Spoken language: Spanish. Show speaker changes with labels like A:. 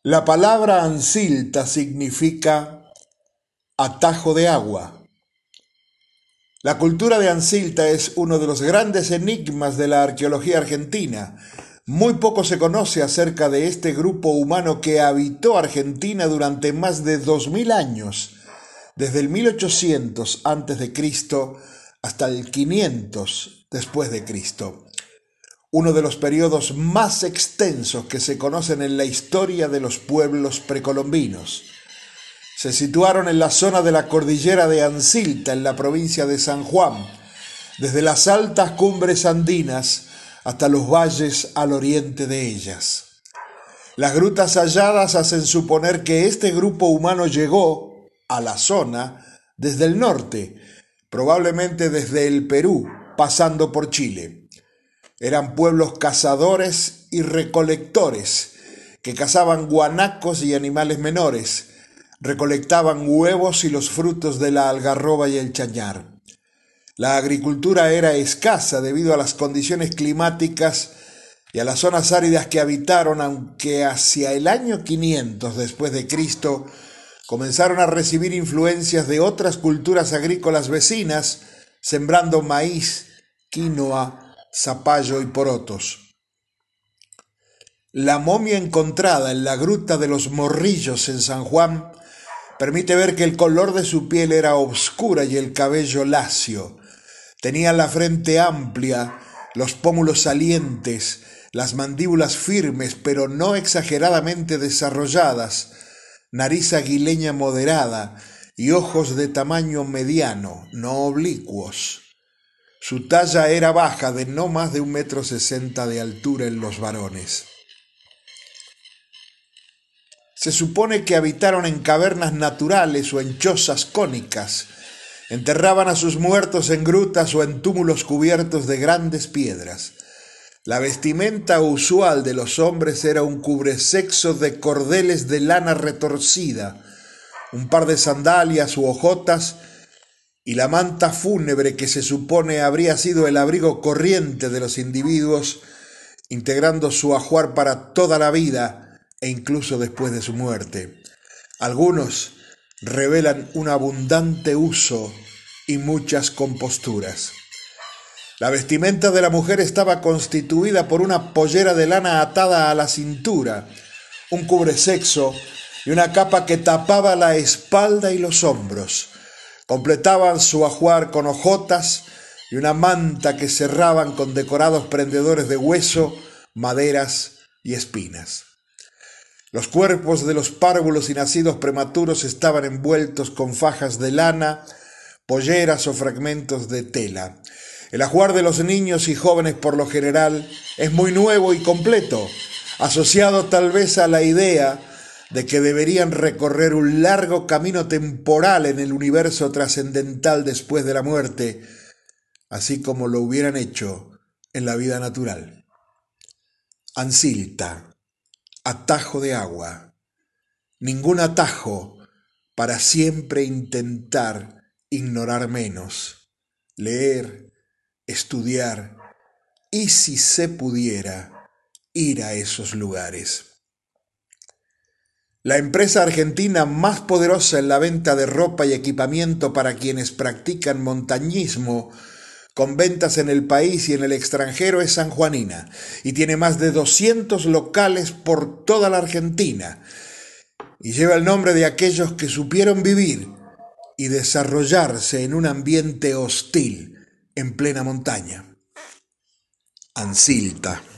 A: La palabra Ansilta significa atajo de agua. La cultura de Ansilta es uno de los grandes enigmas de la arqueología argentina. Muy poco se conoce acerca de este grupo humano que habitó Argentina durante más de 2000 años, desde el 1800 a.C. hasta el 500 después de Cristo. Uno de los periodos más extensos que se conocen en la historia de los pueblos precolombinos. Se situaron en la zona de la cordillera de Ansilta, en la provincia de San Juan, desde las altas cumbres andinas hasta los valles al oriente de ellas. Las grutas halladas hacen suponer que este grupo humano llegó a la zona desde el norte, probablemente desde el Perú, pasando por Chile. Eran pueblos cazadores y recolectores que cazaban guanacos y animales menores, recolectaban huevos y los frutos de la algarroba y el chañar. La agricultura era escasa debido a las condiciones climáticas y a las zonas áridas que habitaron, aunque hacia el año 500 después de Cristo comenzaron a recibir influencias de otras culturas agrícolas vecinas, sembrando maíz, quinoa, zapallo y porotos. La momia encontrada en la gruta de los Morrillos en San Juan permite ver que el color de su piel era oscura y el cabello lacio. Tenía la frente amplia, los pómulos salientes, las mandíbulas firmes pero no exageradamente desarrolladas, nariz aguileña moderada y ojos de tamaño mediano, no oblicuos. Su talla era baja, de no más de 1,60 m de altura en los varones. Se supone que habitaron en cavernas naturales o en chozas cónicas. Enterraban a sus muertos en grutas o en túmulos cubiertos de grandes piedras. La vestimenta usual de los hombres era un cubresexo de cordeles de lana retorcida, un par de sandalias u hojotas y la manta fúnebre que se supone habría sido el abrigo corriente de los individuos, integrando su ajuar para toda la vida e incluso después de su muerte. Algunos revelan un abundante uso y muchas composturas. La vestimenta de la mujer estaba constituida por una pollera de lana atada a la cintura, un cubresexo y una capa que tapaba la espalda y los hombros. Completaban su ajuar con hojotas y una manta que cerraban con decorados prendedores de hueso, maderas y espinas. Los cuerpos de los párvulos y nacidos prematuros estaban envueltos con fajas de lana, polleras o fragmentos de tela. El ajuar de los niños y jóvenes por lo general es muy nuevo y completo, asociado tal vez a la idea de que deberían recorrer un largo camino temporal en el universo trascendental después de la muerte, así como lo hubieran hecho en la vida natural. Ansilta, atajo de agua. Ningún atajo para siempre intentar ignorar menos, leer, estudiar y, si se pudiera, ir a esos lugares. La empresa argentina más poderosa en la venta de ropa y equipamiento para quienes practican montañismo, con ventas en el país y en el extranjero, es sanjuanina y tiene más de 200 locales por toda la Argentina y lleva el nombre de aquellos que supieron vivir y desarrollarse en un ambiente hostil en plena montaña. Ansilta.